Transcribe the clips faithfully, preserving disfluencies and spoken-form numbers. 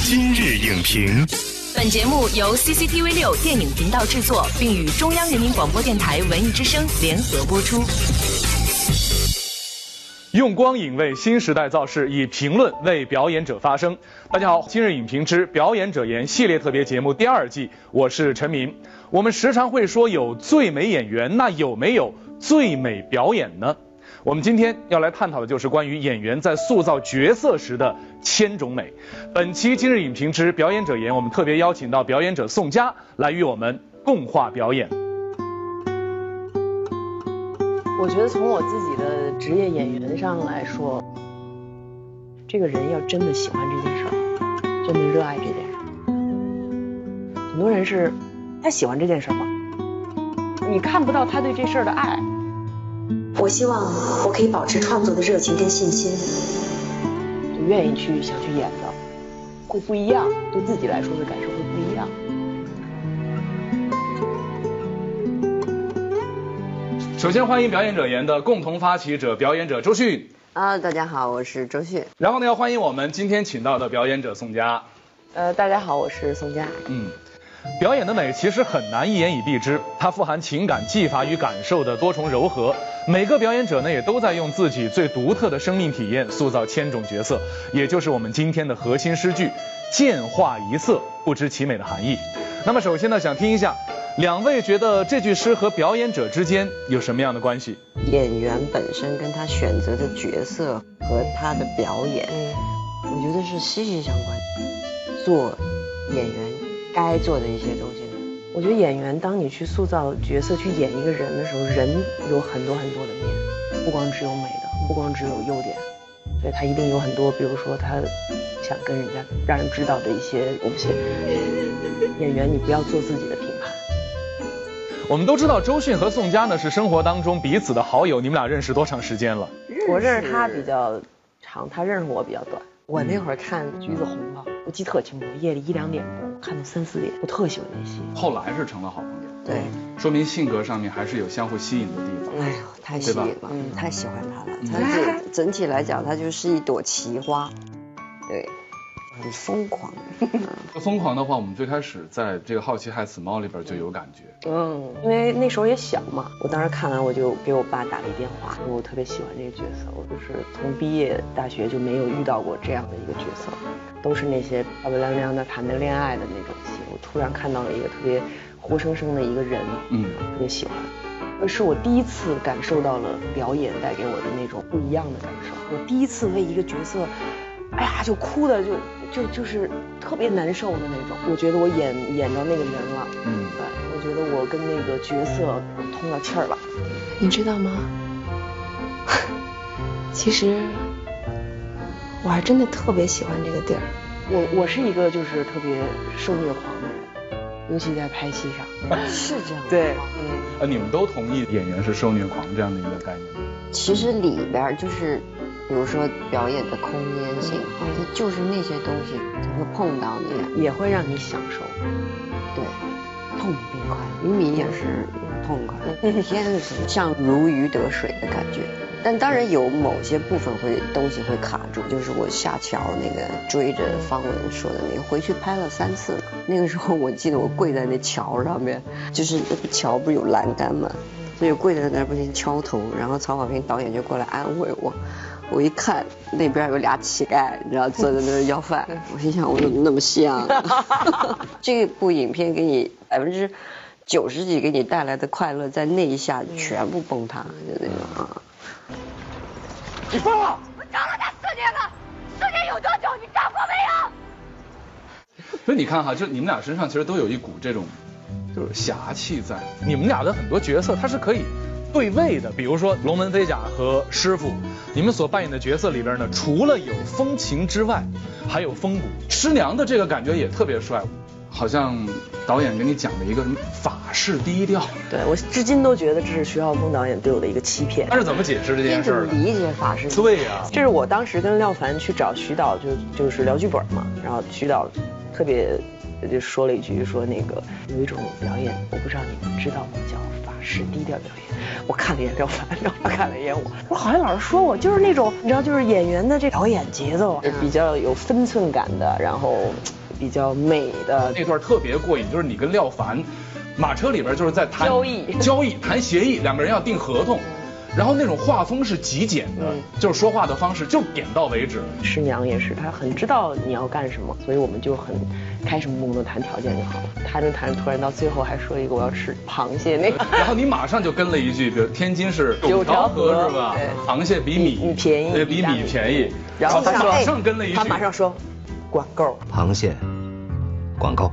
今日影评。 本节目由 C C T V 六电影频道制作，并与中央人民广播电台文艺之声联合播出。 用光影为新时代造势，以评论为表演者发声。大家好，今日影评之表演者言系列特别节目第二季，我是陈明。我们时常会说有最美演员，那有没有最美表演呢？我们今天要来探讨的就是关于演员在塑造角色时的千种美。本期今日影评之表演者言，我们特别邀请到表演者宋佳来与我们共话表演。 我觉得从我自己的职业演员上来说，这个人要真的喜欢这件事儿，真的热爱这件事儿。很多人是他喜欢这件事儿吗？你看不到他对这事儿的爱。 我希望我可以保持创作的热情跟信心， 就愿意去想去演的，会不一样，对自己来说的感受会不一样。 首先欢迎表演者言的共同发起者表演者周迅。 啊，大家好，我是周迅。 然后呢，要欢迎我们今天请到的表演者宋佳。 呃，大家好，我是宋佳。 嗯。表演的美其实很难一言以蔽之，它富含情感、技法与感受的多重柔和。每个表演者呢，也都在用自己最独特的生命体验塑造千种角色，也就是我们今天的核心诗句“见化一色，不知其美”的含义。那么首先呢，想听一下两位觉得这句诗和表演者之间有什么样的关系？ 演员本身跟他选择的角色和他的表演，嗯，我觉得是息息相关。做演员该做的一些东西。 我觉得演员当你去塑造角色去演一个人的时候，人有很多很多的面，不光只有美的，不光只有优点，所以他一定有很多，比如说他想跟人家让人知道的一些东西。演员你不要做自己的评判。 我们都知道周迅和宋佳呢是生活当中彼此的好友，你们俩认识多长时间了？ 我认识他比较长，他认识我比较短。 我那会儿看《 橘子红了》，我记得特清楚，夜里一两点钟看到三四点，我特喜欢那戏。 后来是成了好朋友， 对， 说明性格上面还是有相互吸引的地方。 哎呦，太吸引了，嗯，太喜欢他了。他整整体来讲，他就是一朵奇花，对，很疯狂。 疯狂的话，我们最开始在这个《好奇害死猫》里边就有感觉。 嗯，因为那时候也小嘛，我当时看完我就给我爸打了一电话，说我特别喜欢这个角色，我就是从毕业大学就没有遇到过这样的一个角色，都是那些漂漂亮亮的谈的恋爱的那种戏，我突然看到了一个特别活生生的一个人，嗯，特别喜欢。而是我第一次感受到了表演带给我的那种不一样的感受，我第一次为一个角色，哎呀就哭的就就就是特别难受的那种，我觉得我演演到那个人了，嗯，对，我觉得我跟那个角色通了气儿了。 你知道吗？其实我还真的特别喜欢这个地儿。 我我是一个就是特别受虐狂的人，尤其在拍戏上。 是这样。 对， 嗯。呃，你们都同意演员是受虐狂这样的一个概念吗？ 其实里边就是。比如说表演的空间性，它就是那些东西会碰到你， 也会让你享受。 对，痛并快，明明也是痛快，天像如鱼得水的感觉。但当然有某些部分会东西会卡住，就是我下桥那个追着方文说的那个，回去拍了三次了。那个时候我记得我跪在那桥上面，就是那个桥不是有栏杆吗？所以跪在那儿不停敲头，然后曹保平导演就过来安慰我。我一看那边有俩乞丐，你知道坐在那儿要饭，我心想我怎么那么像、啊？这部影片给你百分之九十几给你带来的快乐，在那一下全部崩塌，就那种啊！ 你疯了！我找了他四年了，四年有多久？你找过没有？ 所以你看哈，就你们俩身上其实都有一股这种，就是侠气在。你们俩的很多角色，它是可以对位的，比如说龙门飞甲和师傅，你们所扮演的角色里边呢，除了有风情之外，还有风骨。师娘的这个感觉也特别帅，好像导演给你讲了一个什么法式低调。 对，我至今都觉得这是徐浩峰导演对我的一个欺骗。 他是怎么解释这件事的？理解法式。 对呀、啊， 这是我当时跟廖凡去找徐导，就就是聊剧本嘛，然后徐导特别就说了一句，说那个有一种表演，我不知道你们知道吗，叫法是低调表演。我看了一眼廖凡，然后他看了一眼我，我好像老师说我就是那种，你知道，就是演员的这表演节奏是比较有分寸感的，然后比较美的。 那段特别过瘾，就是你跟廖凡，马车里边就是在谈交易， 交易谈协议，两个人要订合同。然后那种画风是极简的，嗯、就是说话的方式就点到为止。师娘也是，她很知道你要干什么，所以我们就很开诚布公的谈条件就好了。谈着谈着，突然到最后还说一个我要吃螃蟹那个，然后你马上就跟了一句，比如天津是九条河是吧？螃蟹比米便宜， 对，比米便宜。 然后他马上跟了一句， 他马上说管够， 螃蟹管够。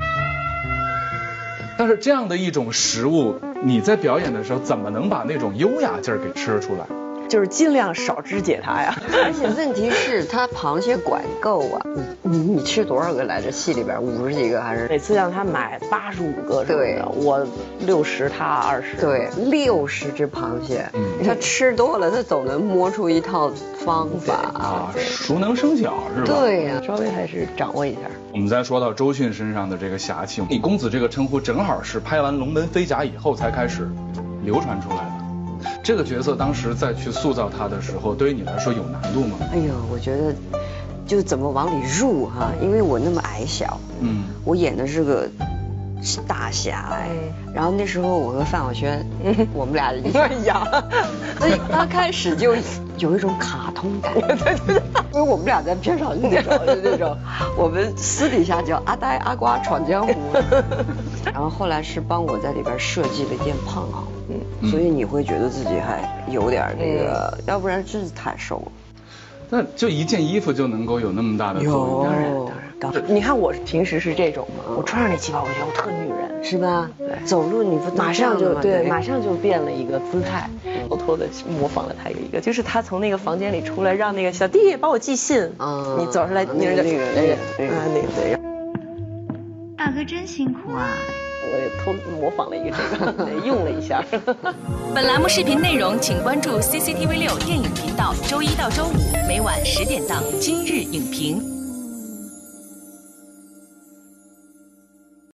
但是这样的一种食物，你在表演的时候怎么能把那种优雅劲儿给吃出来？就是尽量少肢解它呀。 而且问题是，他螃蟹管够啊！你你你吃多少个来着？戏里边五十几个还是？ 每次让他买八十五个， 对， 我六十，他二十。 对，六十只螃蟹，嗯，他吃多了，他总能摸出一套方法啊，熟能生巧是吧？ 对呀、啊， 稍微还是掌握一下。 我们再说到周迅身上的这个侠气，你公子这个称呼正好是拍完《龙门飞甲》以后才开始流传出来的。这个角色当时再去塑造他的时候，对于你来说有难度吗？ 哎呦，我觉得就怎么往里入哈，因为我那么矮小，嗯，我演的是个大侠哎，然后那时候我和范晓萱，嗯、我们俩一样，所以刚开始就有一种卡通感，对对对，因为我们俩在片场就那种就那种，我们私底下叫阿呆阿瓜闯江湖，然后后来是帮我在里边设计了变胖好。嗯，所以你会觉得自己还有点那个，嗯、要不然真是太瘦了。 那就一件衣服就能够有那么大的作用？ 当然当然当然。你看我平时是这种嘛，我穿上那旗袍，我觉得我特女人， 是吧？对，走路你不马上就对，马上就变了一个姿态，偷偷的模仿了他一个，就是他从那个房间里出来，让那个小弟帮我寄信，嗯，你走上来，你那个那个那个那个对。 大哥真辛苦啊！ 我也偷模仿了一个这个，用了一下。 本栏目视频内容，请关注 C C T V 六电影频道，周一到周五每晚十点档《今日影评》。